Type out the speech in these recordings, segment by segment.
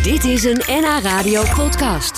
Dit is een NH Radio podcast.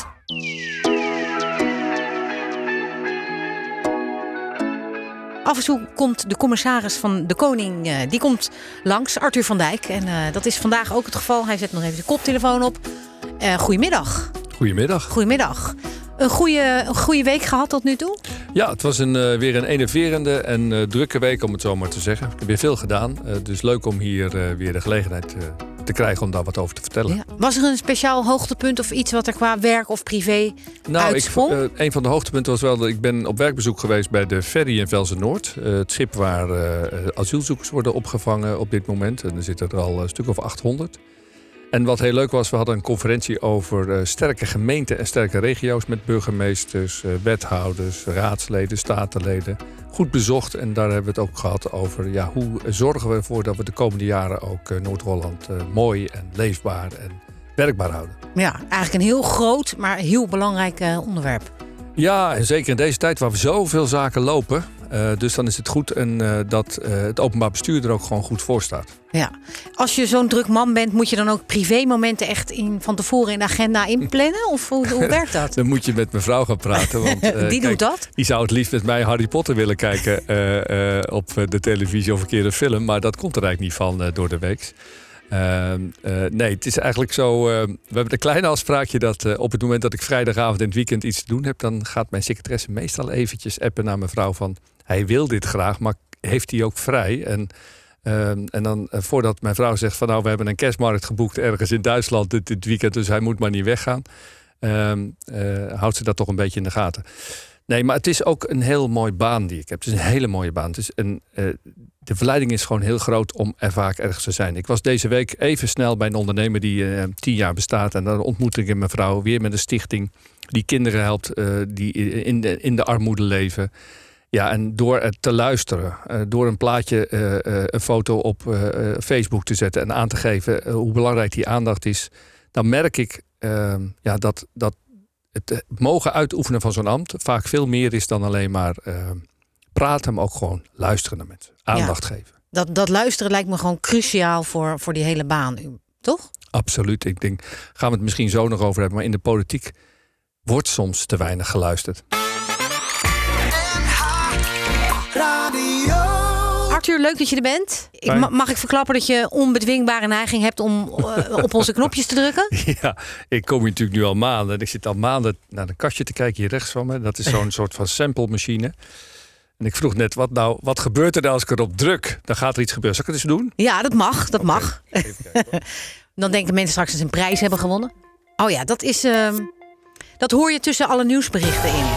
Af en toe komt de commissaris van de Koning, die komt langs, Arthur van Dijk. En dat is vandaag ook het geval. Hij zet nog even zijn koptelefoon op. Goedemiddag. Goedemiddag. Een goede week gehad tot nu toe? Ja, het was weer een enerverende en drukke week, om het zo maar te zeggen. Ik heb weer veel gedaan. Dus leuk om hier weer de gelegenheid te krijgen om daar wat over te vertellen. Ja. Was er een speciaal hoogtepunt of iets wat er qua werk of privé uitsprong? Een van de hoogtepunten was wel dat ik ben op werkbezoek geweest bij de ferry in Velzen-Noord. Het schip waar asielzoekers worden opgevangen op dit moment. En er zitten er al een stuk of 800. En wat heel leuk was, we hadden een conferentie over sterke gemeenten en sterke regio's met burgemeesters, wethouders, raadsleden, statenleden. Goed bezocht en daar hebben we het ook gehad over hoe zorgen we ervoor dat we de komende jaren ook Noord-Holland mooi en leefbaar en werkbaar houden. Ja, eigenlijk een heel groot, maar heel belangrijk onderwerp. Ja, en zeker in deze tijd waar we zoveel zaken lopen. Dus dan is het goed dat het openbaar bestuur er ook gewoon goed voor staat. Ja. Als je zo'n druk man bent, moet je dan ook privémomenten echt van tevoren in de agenda inplannen? Of hoe werkt dat? Dan moet je met mijn vrouw gaan praten. Want, doet dat? Die zou het liefst met mij Harry Potter willen kijken op de televisie of een keer een film. Maar dat komt er eigenlijk niet van door de week. Nee, het is eigenlijk zo. We hebben een kleine afspraakje dat op het moment dat ik vrijdagavond in het weekend iets te doen heb, dan gaat mijn secretaresse meestal eventjes appen naar mijn vrouw van hij wil dit graag, maar heeft hij ook vrij? En dan voordat mijn vrouw zegt van we hebben een kerstmarkt geboekt ergens in Duitsland dit weekend, dus hij moet maar niet weggaan, houdt ze dat toch een beetje in de gaten. Nee, maar het is ook een heel mooie baan die ik heb. Het is een hele mooie baan. De verleiding is gewoon heel groot om er vaak ergens te zijn. Ik was deze week even snel bij een ondernemer die 10 jaar bestaat. En daar ontmoette ik mijn vrouw weer met een stichting die kinderen helpt die in de armoede leven. Ja, en door het te luisteren, door een plaatje, een foto op Facebook te zetten en aan te geven hoe belangrijk die aandacht is, dan merk ik dat het mogen uitoefenen van zo'n ambt vaak veel meer is dan alleen maar praten, maar ook gewoon luisteren naar mensen. Aandacht geven. Dat luisteren lijkt me gewoon cruciaal voor die hele baan, toch? Absoluut. Ik denk, gaan we het misschien zo nog over hebben, maar in de politiek wordt soms te weinig geluisterd. Arthur, leuk dat je er bent. Mag ik verklappen dat je onbedwingbare neiging hebt om op onze knopjes te drukken? Ja, ik kom hier natuurlijk nu al maanden. Ik zit al maanden naar een kastje te kijken hier rechts van me. Dat is zo'n soort van sample-machine. En ik vroeg net, wat gebeurt er nou als ik erop druk? Dan gaat er iets gebeuren. Zal ik het eens doen? Ja, dat mag. Dat mag. Even kijken, Dan denken mensen straks dat ze een prijs hebben gewonnen. Oh ja, dat hoor je tussen alle nieuwsberichten in.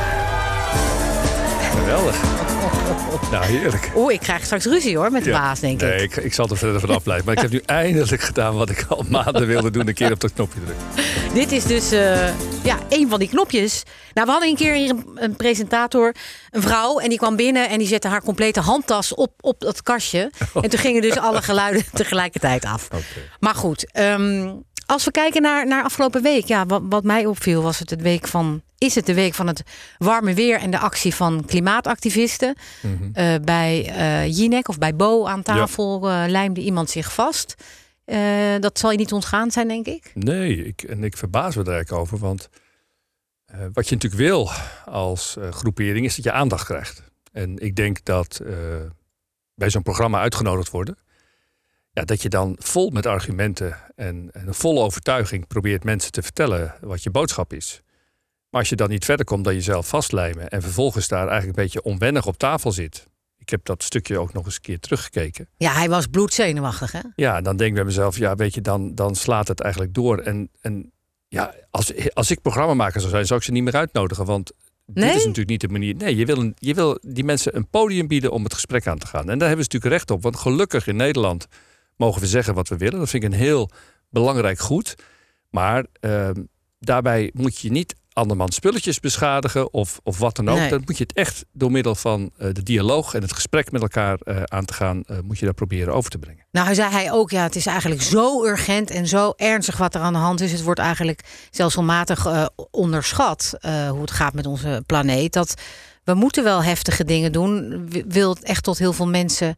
Geweldig. Nou, heerlijk. Ik krijg straks ruzie hoor met de baas, denk ik. Nee, ik zal er verder van afblijven. Maar ik heb nu eindelijk gedaan wat ik al maanden wilde doen. Een keer op dat knopje drukken. Dit is dus een van die knopjes. Nou, we hadden een keer hier een presentator, een vrouw. En die kwam binnen en die zette haar complete handtas op dat kastje. En toen gingen dus alle geluiden tegelijkertijd af. Okay. Maar goed, als we kijken naar afgelopen week. Ja, wat mij opviel was het is het de week van het warme weer en de actie van klimaatactivisten. Mm-hmm. Bij Jinek of bij Bo aan tafel lijmde iemand zich vast. Dat zal je niet ontgaan zijn, denk ik? Nee, ik verbaas me er eigenlijk over. Want wat je natuurlijk wil als groepering is dat je aandacht krijgt. En ik denk dat bij zo'n programma uitgenodigd worden, dat je dan vol met argumenten en een volle overtuiging probeert mensen te vertellen wat je boodschap is. Maar als je dan niet verder komt dan jezelf vastlijmen en vervolgens daar eigenlijk een beetje onwennig op tafel zit. Ik heb dat stukje ook nog eens een keer teruggekeken. Ja, hij was bloedzenuwachtig, hè? Ja, dan denk ik bij mezelf, dan slaat het eigenlijk door. En als ik programmamaker zou zijn, zou ik ze niet meer uitnodigen. Want dit is natuurlijk niet de manier. Nee, je wil die mensen een podium bieden om het gesprek aan te gaan. En daar hebben ze natuurlijk recht op. Want gelukkig in Nederland mogen we zeggen wat we willen. Dat vind ik een heel belangrijk goed. Maar daarbij moet je niet andermans spulletjes beschadigen of wat dan ook. Nee. Dan moet je het echt door middel van de dialoog en het gesprek met elkaar aan te gaan, moet je dat proberen over te brengen. Nou, zei hij ook, het is eigenlijk zo urgent en zo ernstig wat er aan de hand is. Het wordt eigenlijk stelselmatig onderschat hoe het gaat met onze planeet. Dat we moeten wel heftige dingen doen. Wil het echt tot heel veel mensen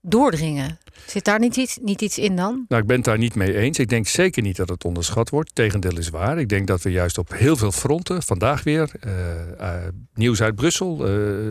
doordringen. Zit daar niet iets in dan? Nou, ik ben het daar niet mee eens. Ik denk zeker niet dat het onderschat wordt. Tegendeel is waar. Ik denk dat we juist op heel veel fronten, vandaag weer, nieuws uit Brussel,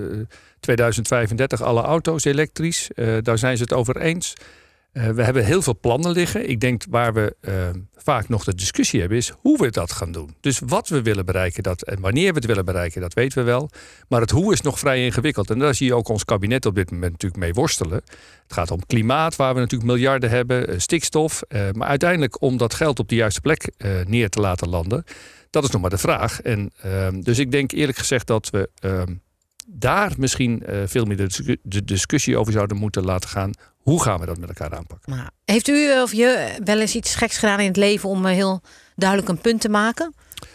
2035 alle auto's elektrisch. Daar zijn ze het over eens. We hebben heel veel plannen liggen. Ik denk waar we vaak nog de discussie hebben is hoe we dat gaan doen. Dus wat we willen bereiken en wanneer we het willen bereiken, dat weten we wel. Maar het hoe is nog vrij ingewikkeld. En daar zie je ook ons kabinet op dit moment natuurlijk mee worstelen. Het gaat om klimaat, waar we natuurlijk miljarden hebben, stikstof. Maar uiteindelijk om dat geld op de juiste plek neer te laten landen, dat is nog maar de vraag. En, dus ik denk eerlijk gezegd dat we daar misschien veel meer de discussie over zouden moeten laten gaan. Hoe gaan we dat met elkaar aanpakken? Maar heeft u of je wel eens iets geks gedaan in het leven om heel duidelijk een punt te maken?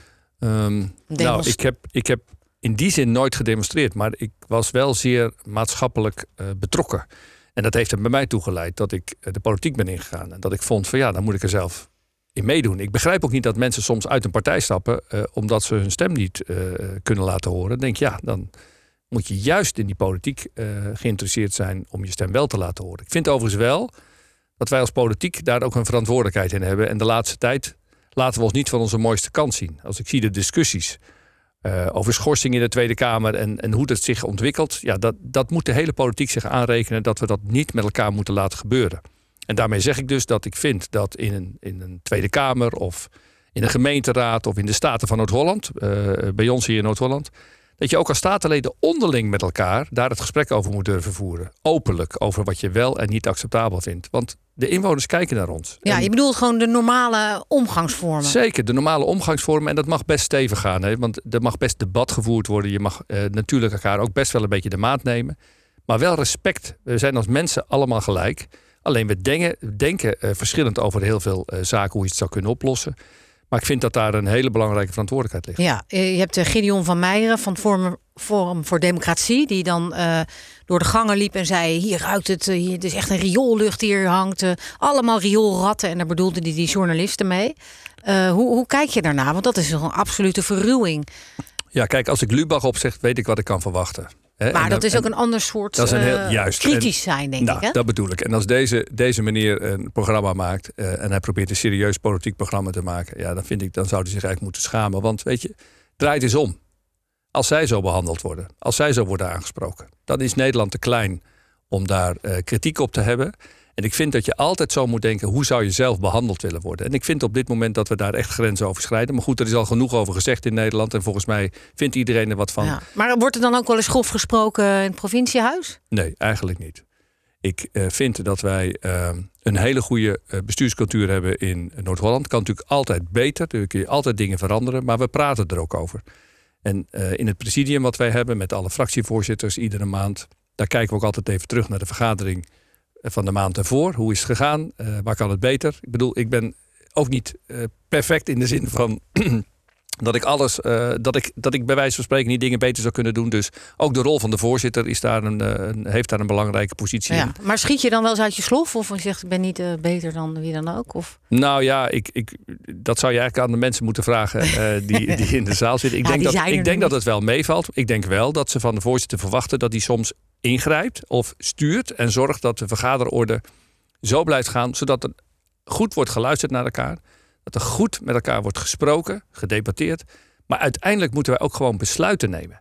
Nou, ik heb in die zin nooit gedemonstreerd, maar ik was wel zeer maatschappelijk betrokken. En dat heeft er bij mij toe geleid dat ik de politiek ben ingegaan. En dat ik vond van dan moet ik er zelf in meedoen. Ik begrijp ook niet dat mensen soms uit een partij stappen omdat ze hun stem niet kunnen laten horen. Dan denk dan moet je juist in die politiek geïnteresseerd zijn om je stem wel te laten horen. Ik vind overigens wel dat wij als politiek daar ook een verantwoordelijkheid in hebben. En de laatste tijd laten we ons niet van onze mooiste kant zien. Als ik zie de discussies over schorsing in de Tweede Kamer en hoe dat zich ontwikkelt, dat moet de hele politiek zich aanrekenen dat we dat niet met elkaar moeten laten gebeuren. En daarmee zeg ik dus dat ik vind dat in een Tweede Kamer of in een gemeenteraad of in de Staten van Noord-Holland, bij ons hier in Noord-Holland, dat je ook als statenleden onderling met elkaar daar het gesprek over moet durven voeren. Openlijk over wat je wel en niet acceptabel vindt. Want de inwoners kijken naar ons. Ja, je bedoelt gewoon de normale omgangsvormen. Zeker, de normale omgangsvormen. En dat mag best stevig gaan. Hè? Want er mag best debat gevoerd worden. Je mag natuurlijk elkaar ook best wel een beetje de maat nemen. Maar wel respect. We zijn als mensen allemaal gelijk. Alleen we denken verschillend over heel veel zaken hoe je het zou kunnen oplossen. Maar ik vind dat daar een hele belangrijke verantwoordelijkheid ligt. Ja, je hebt Gideon van Meijeren van Forum voor Democratie, die dan door de gangen liep en zei: hier ruikt het, het is echt een rioollucht die hier hangt. Allemaal rioolratten. En daar bedoelde hij die journalisten mee. Hoe kijk je daarna? Want dat is een absolute verruwing. Ja, kijk, als ik Lubach opzeg, weet ik wat ik kan verwachten. Maar dat is ook een ander soort kritisch zijn, denk ik. Hè? Dat bedoel ik. En als deze meneer een programma maakt en hij probeert een serieus politiek programma te maken, dan vind ik, dan zou hij zich eigenlijk moeten schamen. Want weet je, draait eens om. Als zij zo behandeld worden, als zij zo worden aangesproken, dan is Nederland te klein om daar kritiek op te hebben. En ik vind dat je altijd zo moet denken, hoe zou je zelf behandeld willen worden? En ik vind op dit moment dat we daar echt grenzen overschrijden. Maar goed, er is al genoeg over gezegd in Nederland. En volgens mij vindt iedereen er wat van. Ja, maar wordt er dan ook wel eens grof gesproken in het provinciehuis? Nee, eigenlijk niet. Ik vind dat wij een hele goede bestuurscultuur hebben in Noord-Holland. Kan natuurlijk altijd beter. Er kun je altijd dingen veranderen. Maar we praten er ook over. En in het presidium wat wij hebben met alle fractievoorzitters iedere maand, daar kijken we ook altijd even terug naar de vergadering van de maand ervoor. Hoe is het gegaan? Waar kan het beter? Ik bedoel, ik ben ook niet perfect in de zin van dat ik alles, dat ik bij wijze van spreken niet dingen beter zou kunnen doen. Dus ook de rol van de voorzitter is daar heeft daar een belangrijke positie in. Maar schiet je dan wel eens uit je slof? Of je zegt, ik ben niet beter dan wie dan ook? Of? Nou ja, dat zou je eigenlijk aan de mensen moeten vragen die in de zaal zitten. Ik denk dat het wel meevalt. Ik denk wel dat ze van de voorzitter verwachten dat hij soms ingrijpt of stuurt en zorgt dat de vergaderorde zo blijft gaan, zodat er goed wordt geluisterd naar elkaar. Dat er goed met elkaar wordt gesproken, gedebatteerd. Maar uiteindelijk moeten wij ook gewoon besluiten nemen.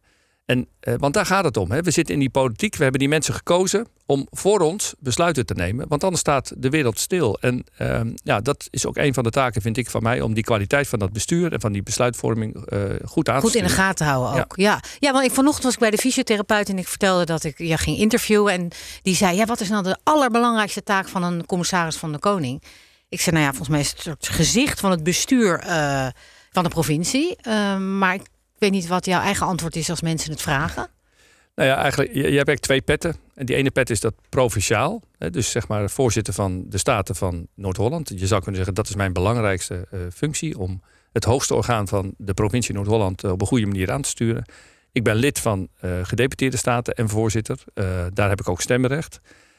Want daar gaat het om. Hè. We zitten in die politiek. We hebben die mensen gekozen om voor ons besluiten te nemen. Want anders staat de wereld stil. En dat is ook een van de taken, vind ik, van mij, om die kwaliteit van dat bestuur en van die besluitvorming goed aan te sturen. Goed in de gaten houden ook. Ja, want vanochtend was ik bij de fysiotherapeut en ik vertelde dat ik ging interviewen. En die zei, wat is nou de allerbelangrijkste taak van een commissaris van de Koning? Ik zei, volgens mij is het soort gezicht van het bestuur van de provincie. Maar ik weet niet wat jouw eigen antwoord is als mensen het vragen. Nou ja, eigenlijk, je hebt eigenlijk twee petten. En die ene pet is dat provinciaal. Dus zeg maar voorzitter van de Staten van Noord-Holland. Je zou kunnen zeggen, dat is mijn belangrijkste functie, om het hoogste orgaan van de provincie Noord-Holland op een goede manier aan te sturen. Ik ben lid van gedeputeerde staten en voorzitter. Daar heb ik ook stemrecht.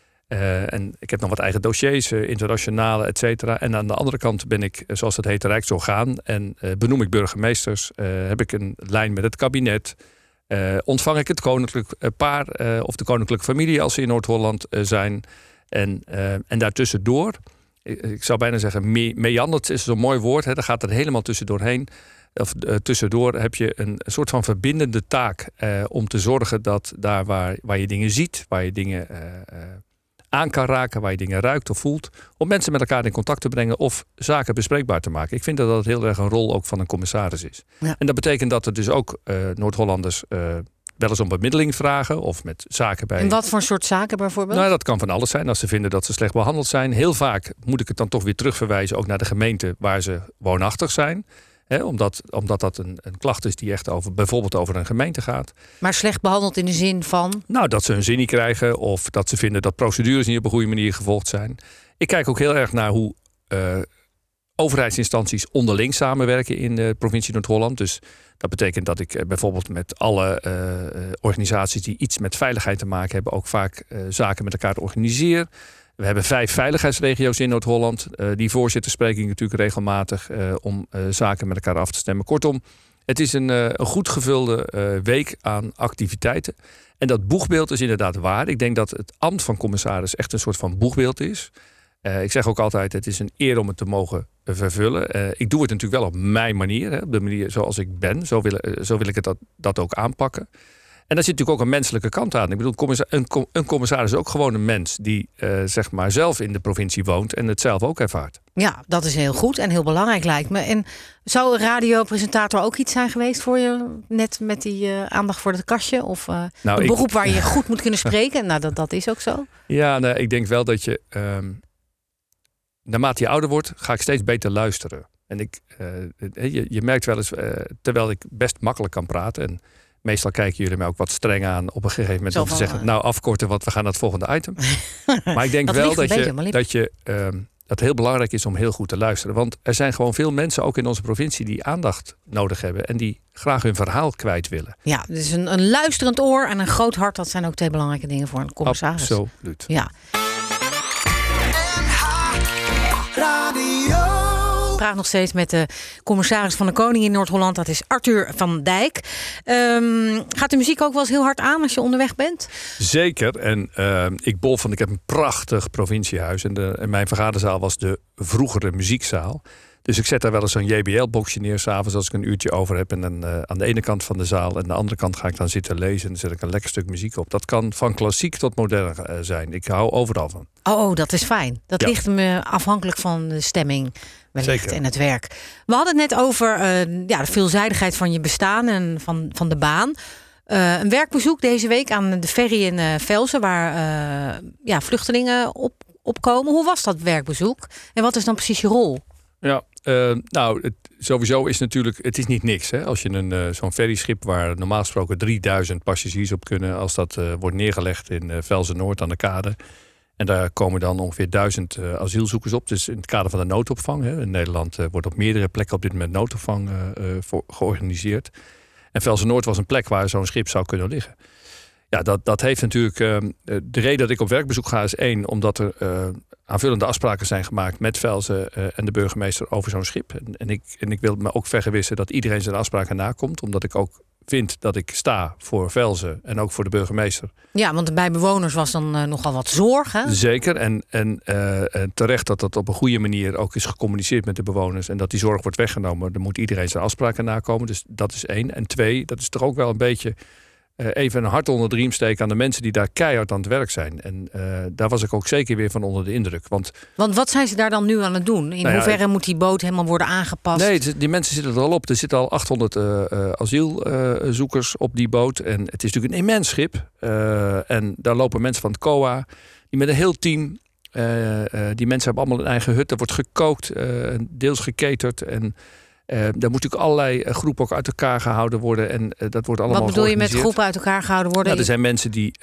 En ik heb nog wat eigen dossiers, internationale, et cetera. En aan de andere kant ben ik, zoals dat heet, rijksorgaan. En benoem ik burgemeesters. Heb ik een lijn met het kabinet. Ontvang ik het koninklijk paar of de koninklijke familie als ze in Noord-Holland zijn. En daartussendoor, ik zou bijna zeggen, meandert is zo'n mooi woord. Hè, daar gaat er helemaal tussendoorheen. Of tussendoor heb je een soort van verbindende taak om te zorgen dat daar waar je dingen ziet, waar je dingen aan kan raken, waar je dingen ruikt of voelt, om mensen met elkaar in contact te brengen of zaken bespreekbaar te maken. Ik vind dat dat heel erg een rol ook van een commissaris is. Ja. En dat betekent dat er dus ook Noord-Hollanders wel eens om bemiddeling vragen of met zaken bij. En wat voor soort zaken bijvoorbeeld? Nou, dat kan van alles zijn. Als ze vinden dat ze slecht behandeld zijn. Heel vaak moet ik het dan toch weer terugverwijzen ook naar de gemeente waar ze woonachtig zijn. Omdat dat een klacht is die echt bijvoorbeeld over een gemeente gaat. Maar slecht behandeld in de zin van? Nou, dat ze hun zin niet krijgen of dat ze vinden dat procedures niet op een goede manier gevolgd zijn. Ik kijk ook heel erg naar hoe overheidsinstanties onderling samenwerken in de provincie Noord-Holland. Dus dat betekent dat ik bijvoorbeeld met alle organisaties die iets met veiligheid te maken hebben ook vaak zaken met elkaar organiseer. We hebben 5 veiligheidsregio's in Noord-Holland. Die voorzitter spreek ik natuurlijk regelmatig om zaken met elkaar af te stemmen. Kortom, het is een goed gevulde week aan activiteiten. En dat boegbeeld is inderdaad waar. Ik denk dat het ambt van commissaris echt een soort van boegbeeld is. Ik zeg ook altijd, het is een eer om het te mogen vervullen. Ik doe het natuurlijk wel op mijn manier. Hè, op de manier zoals ik ben. Zo wil ik het dat ook aanpakken. En daar zit natuurlijk ook een menselijke kant aan. Ik bedoel, een commissaris is ook gewoon een mens die zeg maar zelf in de provincie woont en het zelf ook ervaart. Ja, dat is heel goed en heel belangrijk lijkt me. En zou een radiopresentator ook iets zijn geweest voor je? Net met die aandacht voor het kastje? Of een beroep waar je goed moet kunnen spreken? Nou, dat is ook zo. Ja, nou, ik denk wel dat je naarmate je ouder wordt, ga ik steeds beter luisteren. En je merkt wel eens, terwijl ik best makkelijk kan praten en meestal kijken jullie mij ook wat streng aan op een gegeven moment om te zeggen, nou afkorten, want we gaan naar het volgende item. Maar ik denk wel dat het heel belangrijk is om heel goed te luisteren. Want er zijn gewoon veel mensen, ook in onze provincie, die aandacht nodig hebben en die graag hun verhaal kwijt willen. Ja, dus een luisterend oor en een groot hart, dat zijn ook 2 belangrijke dingen voor een commissaris. Absoluut. Ja. Ik praat nog steeds met de commissaris van de Koning in Noord-Holland. Dat is Arthur van Dijk. Gaat de muziek ook wel eens heel hard aan als je onderweg bent? Zeker. En ik heb een prachtig provinciehuis. En mijn vergaderzaal was de vroegere muziekzaal. Dus ik zet daar wel eens zo'n JBL-boxje neer 's avonds als ik een uurtje over heb. En dan aan de ene kant van de zaal en aan de andere kant ga ik dan zitten lezen. En dan zet ik een lekker stuk muziek op. Dat kan van klassiek tot modern zijn. Ik hou overal van. Oh, dat is fijn. Dat ligt me afhankelijk van de stemming wellicht en het werk. We hadden het net over de veelzijdigheid van je bestaan en van de baan. Een werkbezoek deze week aan de ferry in Velzen, waar vluchtelingen opkomen. Hoe was dat werkbezoek? En wat is dan precies je rol? Ja, sowieso is natuurlijk, het is niet niks. Hè? Als je zo'n ferryschip waar normaal gesproken 3000 passagiers op kunnen, als dat wordt neergelegd in Velzen-Noord aan de kade. En daar komen dan ongeveer 1000 asielzoekers op. Dus in het kader van de noodopvang. Hè. In Nederland wordt op meerdere plekken op dit moment noodopvang georganiseerd. En Velzen-Noord was een plek waar zo'n schip zou kunnen liggen. Ja, dat heeft natuurlijk. De reden dat ik op werkbezoek ga is 1, omdat er aanvullende afspraken zijn gemaakt met Velzen en de burgemeester over zo'n schip. En ik wil me ook vergewissen dat iedereen zijn afspraken nakomt, omdat ik ook vind dat ik sta voor Velzen en ook voor de burgemeester. Ja, want bij bewoners was dan nogal wat zorg, hè? Zeker. En terecht dat dat op een goede manier ook is gecommuniceerd met de bewoners en dat die zorg wordt weggenomen. Dan moet iedereen zijn afspraken nakomen. Dus dat is 1. En 2, dat is toch ook wel een beetje even een hart onder de riem steken aan de mensen die daar keihard aan het werk zijn. En daar was ik ook zeker weer van onder de indruk. Want wat zijn ze daar dan nu aan het doen? In hoeverre moet die boot helemaal worden aangepast? Nee, die mensen zitten er al op. Er zitten al 800 asielzoekers op die boot. En het is natuurlijk een immens schip. En daar lopen mensen van het COA, die met een heel team. Die mensen hebben allemaal een eigen hut. Er wordt gekookt, deels geketerd. En daar moet natuurlijk allerlei groepen ook uit elkaar gehouden worden. En dat wordt allemaal. Wat bedoel je met groepen uit elkaar gehouden worden? Nou, er zijn mensen die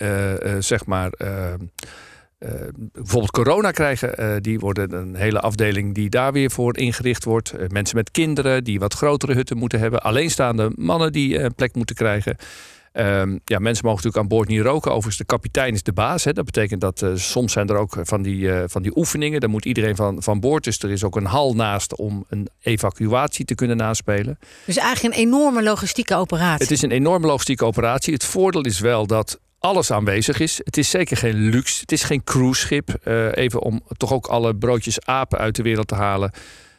bijvoorbeeld corona krijgen. Die worden een hele afdeling die daar weer voor ingericht wordt. Mensen met kinderen die wat grotere hutten moeten hebben. Alleenstaande mannen die een plek moeten krijgen. Mensen mogen natuurlijk aan boord niet roken. Overigens, de kapitein is de baas. Hè. Dat betekent dat soms zijn er ook van die oefeningen. Daar moet iedereen van boord. Dus er is ook een hal naast om een evacuatie te kunnen naspelen. Dus eigenlijk een enorme logistieke operatie. Het is een enorme logistieke operatie. Het voordeel is wel dat alles aanwezig is. Het is zeker geen luxe. Het is geen cruiseschip. Even om toch ook alle broodjes apen uit de wereld te halen.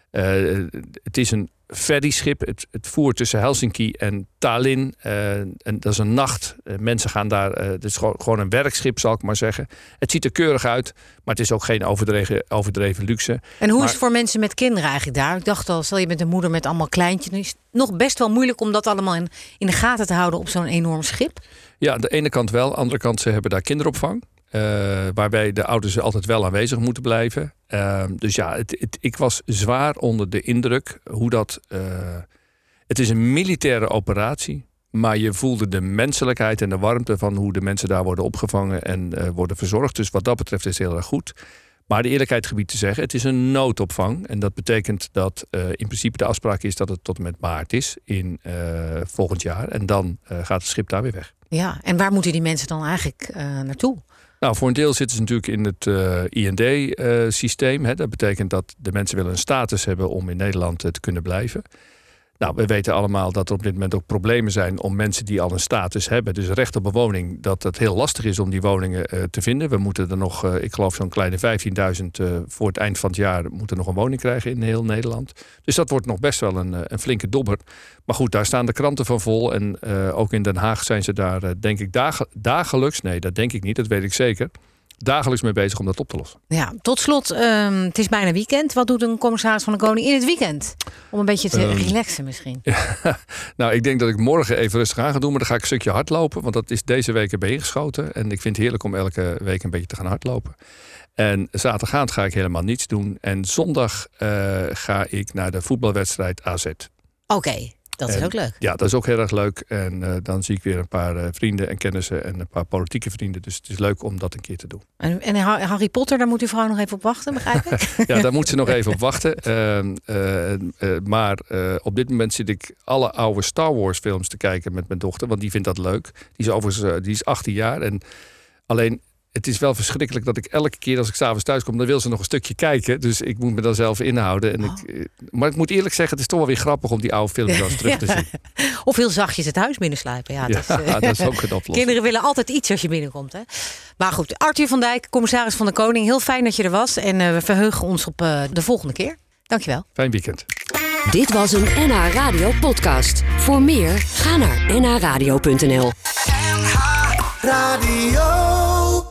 Het is een ferryschip. Het voert tussen Helsinki en Tallinn. En dat is een nacht. Mensen gaan daar. Het is gewoon een werkschip, zal ik maar zeggen. Het ziet er keurig uit, maar het is ook geen overdreven luxe. En hoe is het voor mensen met kinderen eigenlijk daar? Ik dacht al, stel je bent een moeder met allemaal kleintjes. Dan is het nog best wel moeilijk om dat allemaal in de gaten te houden op zo'n enorm schip. Ja, aan de ene kant wel. Aan de andere kant, ze hebben daar kinderopvang. Waarbij de ouders altijd wel aanwezig moeten blijven. Dus ja, ik was zwaar onder de indruk hoe dat... het is een militaire operatie. Maar je voelde de menselijkheid en de warmte van hoe de mensen daar worden opgevangen en worden verzorgd. Dus wat dat betreft is het heel erg goed. Maar de eerlijkheid gebied te zeggen, het is een noodopvang. En dat betekent dat in principe de afspraak is dat het tot en met maart is in volgend jaar. En dan gaat het schip daar weer weg. Ja, en waar moeten die mensen dan eigenlijk naartoe? Nou, voor een deel zitten ze natuurlijk in het IND-systeem. Dat betekent dat de mensen willen een status hebben om in Nederland te kunnen blijven. Nou, we weten allemaal dat er op dit moment ook problemen zijn om mensen die al een status hebben, dus recht op een woning, dat het heel lastig is om die woningen te vinden. We moeten er nog, ik geloof zo'n kleine 15.000 voor het eind van het jaar moeten nog een woning krijgen in heel Nederland. Dus dat wordt nog best wel een flinke dobber. Maar goed, daar staan de kranten van vol. En ook in Den Haag zijn ze daar, denk ik, dagelijks, nee, dat denk ik niet, dat weet ik zeker, dagelijks mee bezig om dat op te lossen. Ja, tot slot, het is bijna weekend. Wat doet een commissaris van de Koning in het weekend? Om een beetje te relaxen misschien. Ja, nou, ik denk dat ik morgen even rustig aan ga doen. Maar dan ga ik een stukje hardlopen. Want dat is deze week erbij ingeschoten. En ik vind het heerlijk om elke week een beetje te gaan hardlopen. En zaterdagavond ga ik helemaal niets doen. En zondag ga ik naar de voetbalwedstrijd AZ. Oké. Dat is ook leuk. Ja, dat is ook heel erg leuk. En dan zie ik weer een paar vrienden en kennissen en een paar politieke vrienden. Dus het is leuk om dat een keer te doen. En Harry Potter, daar moet uw vrouw nog even op wachten, begrijp ik? Ja, daar moet ze nog even op wachten. Maar op dit moment zit ik alle oude Star Wars films te kijken met mijn dochter. Want die vindt dat leuk. Die is 18 jaar. En alleen... Het is wel verschrikkelijk dat ik elke keer als ik 's avonds thuis kom, dan wil ze nog een stukje kijken. Dus ik moet me dan zelf inhouden. En maar ik moet eerlijk zeggen, het is toch wel weer grappig om die oude films wel eens terug te zien. Of heel zachtjes het huis binnensluipen. Ja, dat is ook een oplossing. Kinderen willen altijd iets als je binnenkomt. Hè? Maar goed, Arthur van Dijk, commissaris van de Koning. Heel fijn dat je er was. En we verheugen ons op de volgende keer. Dankjewel. Fijn weekend. Dit was een NH Radio podcast. Voor meer, ga naar nhradio.nl. NH Radio.